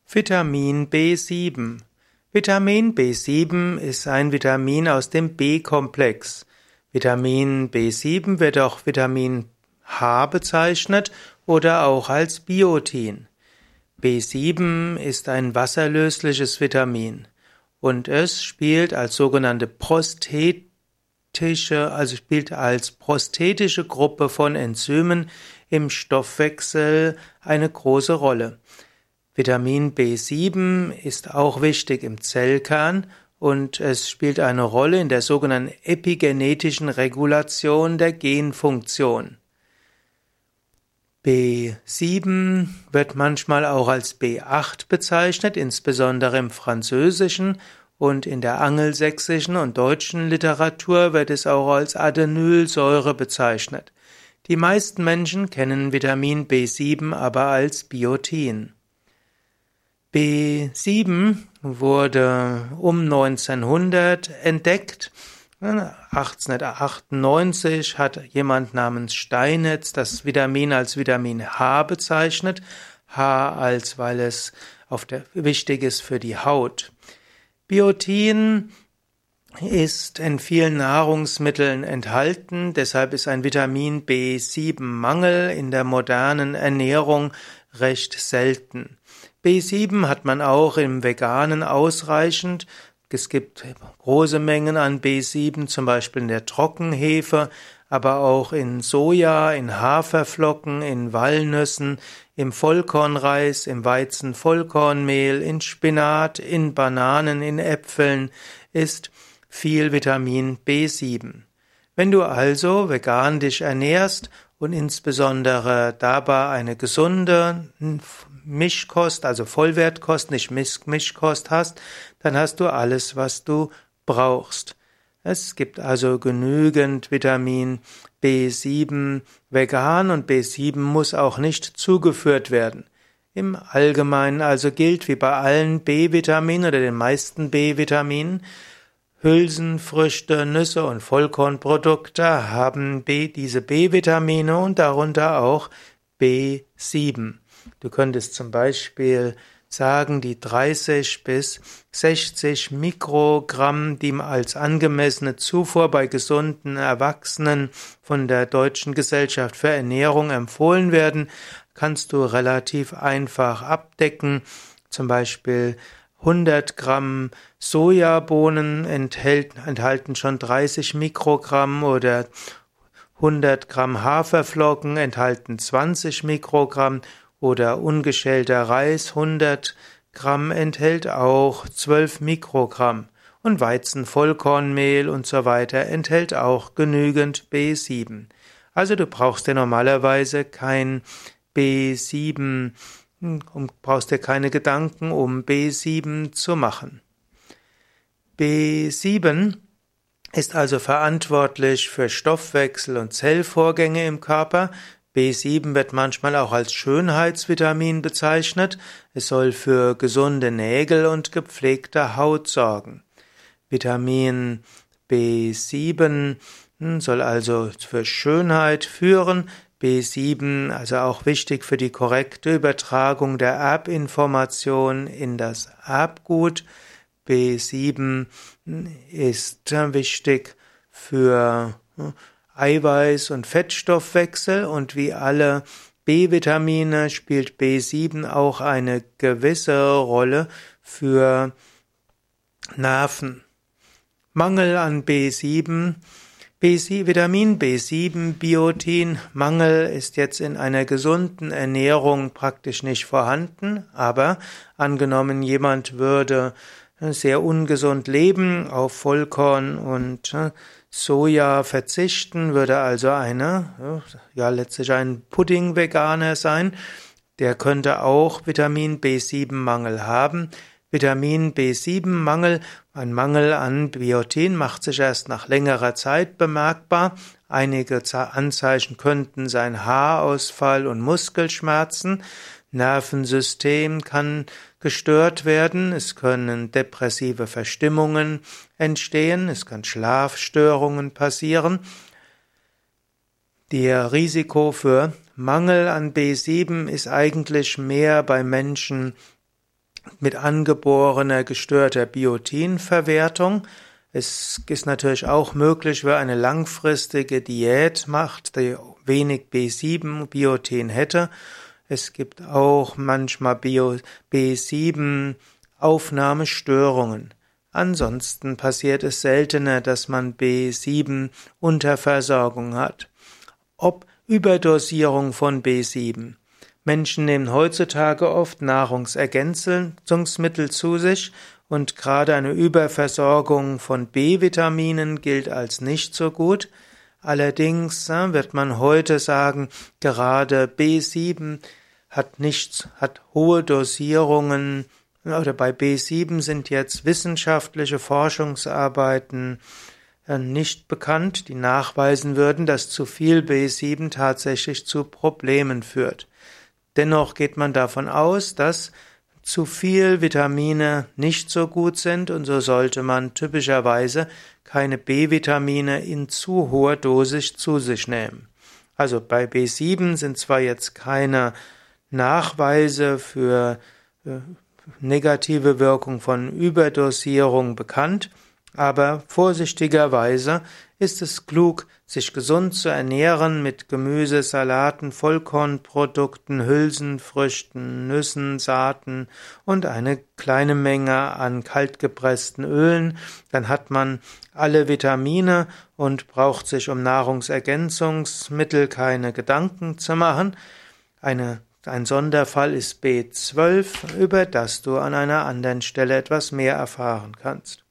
Vitamin B7. Vitamin B7 ist ein Vitamin aus dem B-Komplex. Vitamin B7 wird auch Vitamin H bezeichnet oder auch als Biotin. B7 ist ein wasserlösliches Vitamin und es spielt als sogenannte prosthetische Gruppe von Enzymen im Stoffwechsel eine große Rolle. Vitamin B7 ist auch wichtig im Zellkern und es spielt eine Rolle in der sogenannten epigenetischen Regulation der Genfunktion. B7 wird manchmal auch als B8 bezeichnet, insbesondere im Französischen, und in der angelsächsischen und deutschen Literatur wird es auch als Adenylsäure bezeichnet. Die meisten Menschen kennen Vitamin B7 aber als Biotin. B7 wurde um 1900 entdeckt. 1898 hat jemand namens Steinitz das Vitamin als Vitamin H bezeichnet. Weil es wichtig ist für die Haut. Biotin ist in vielen Nahrungsmitteln enthalten, deshalb ist ein Vitamin B7-Mangel in der modernen Ernährung recht selten. B7 hat man auch im Veganen ausreichend. Es gibt große Mengen an B7, zum Beispiel in der Trockenhefe, aber auch in Soja, in Haferflocken, in Walnüssen, im Vollkornreis, im Weizenvollkornmehl, in Spinat, in Bananen, in Äpfeln ist viel Vitamin B7. Wenn du also vegan dich ernährst und insbesondere dabei eine gesunde Mischkost, also Vollwertkost, nicht Mischkost hast, dann hast du alles, was du brauchst. Es gibt also genügend Vitamin B7 vegan und B7 muss auch nicht zugeführt werden. Im Allgemeinen also gilt wie bei allen B-Vitaminen oder den meisten B-Vitaminen, Hülsenfrüchte, Nüsse und Vollkornprodukte haben diese B-Vitamine und darunter auch B7. Du könntest zum Beispiel sagen, die 30 bis 60 Mikrogramm, die als angemessene Zufuhr bei gesunden Erwachsenen von der Deutschen Gesellschaft für Ernährung empfohlen werden, kannst du relativ einfach abdecken. Zum Beispiel 100 Gramm Sojabohnen enthalten schon 30 Mikrogramm oder 100 Gramm Haferflocken enthalten 20 Mikrogramm oder ungeschälter Reis 100 Gramm enthält auch 12 Mikrogramm und Weizenvollkornmehl und so weiter enthält auch genügend B7. Also du brauchst dir normalerweise kein B7 und brauchst dir keine Gedanken, um B7 zu machen. B7 ist also verantwortlich für Stoffwechsel und Zellvorgänge im Körper. B7 wird manchmal auch als Schönheitsvitamin bezeichnet. Es soll für gesunde Nägel und gepflegte Haut sorgen. Vitamin B7 soll also für Schönheit führen. B7 also auch wichtig für die korrekte Übertragung der Erbinformation in das Erbgut. B7 ist wichtig für Eiweiß- und Fettstoffwechsel und wie alle B-Vitamine spielt B7 auch eine gewisse Rolle für Nerven. Mangel an B7, Vitamin B7, Biotin, Mangel ist jetzt in einer gesunden Ernährung praktisch nicht vorhanden, aber angenommen jemand würde sehr ungesund leben, auf Vollkorn und Soja verzichten, würde also letztlich ein Pudding-Veganer sein. Der könnte auch Vitamin B7-Mangel haben. Vitamin B7-Mangel, ein Mangel an Biotin macht sich erst nach längerer Zeit bemerkbar. Einige Anzeichen könnten sein Haarausfall und Muskelschmerzen. Nervensystem kann gestört werden, es können depressive Verstimmungen entstehen, es kann Schlafstörungen passieren. Das Risiko für Mangel an B7 ist eigentlich mehr bei Menschen mit angeborener gestörter Biotinverwertung. Es ist natürlich auch möglich, wer eine langfristige Diät macht, die wenig B7-Biotin hätte. Es gibt auch manchmal B7-Aufnahmestörungen. Ansonsten passiert es seltener, dass man B7-Unterversorgung hat. Ob Überdosierung von B7. Menschen nehmen heutzutage oft Nahrungsergänzungsmittel zu sich und gerade eine Überversorgung von B-Vitaminen gilt als nicht so gut. Allerdings wird man heute sagen, gerade B7 hat hohe Dosierungen, oder bei B7 sind jetzt wissenschaftliche Forschungsarbeiten nicht bekannt, die nachweisen würden, dass zu viel B7 tatsächlich zu Problemen führt. Dennoch geht man davon aus, dass zu viel Vitamine nicht so gut sind und so sollte man typischerweise keine B-Vitamine in zu hoher Dosis zu sich nehmen. Also bei B7 sind zwar jetzt keine Nachweise für negative Wirkung von Überdosierung bekannt, aber vorsichtigerweise ist es klug, sich gesund zu ernähren mit Gemüse, Salaten, Vollkornprodukten, Hülsenfrüchten, Nüssen, Saaten und eine kleine Menge an kaltgepressten Ölen. Dann hat man alle Vitamine und braucht sich um Nahrungsergänzungsmittel keine Gedanken zu machen. Ein Sonderfall ist B12, über das du an einer anderen Stelle etwas mehr erfahren kannst.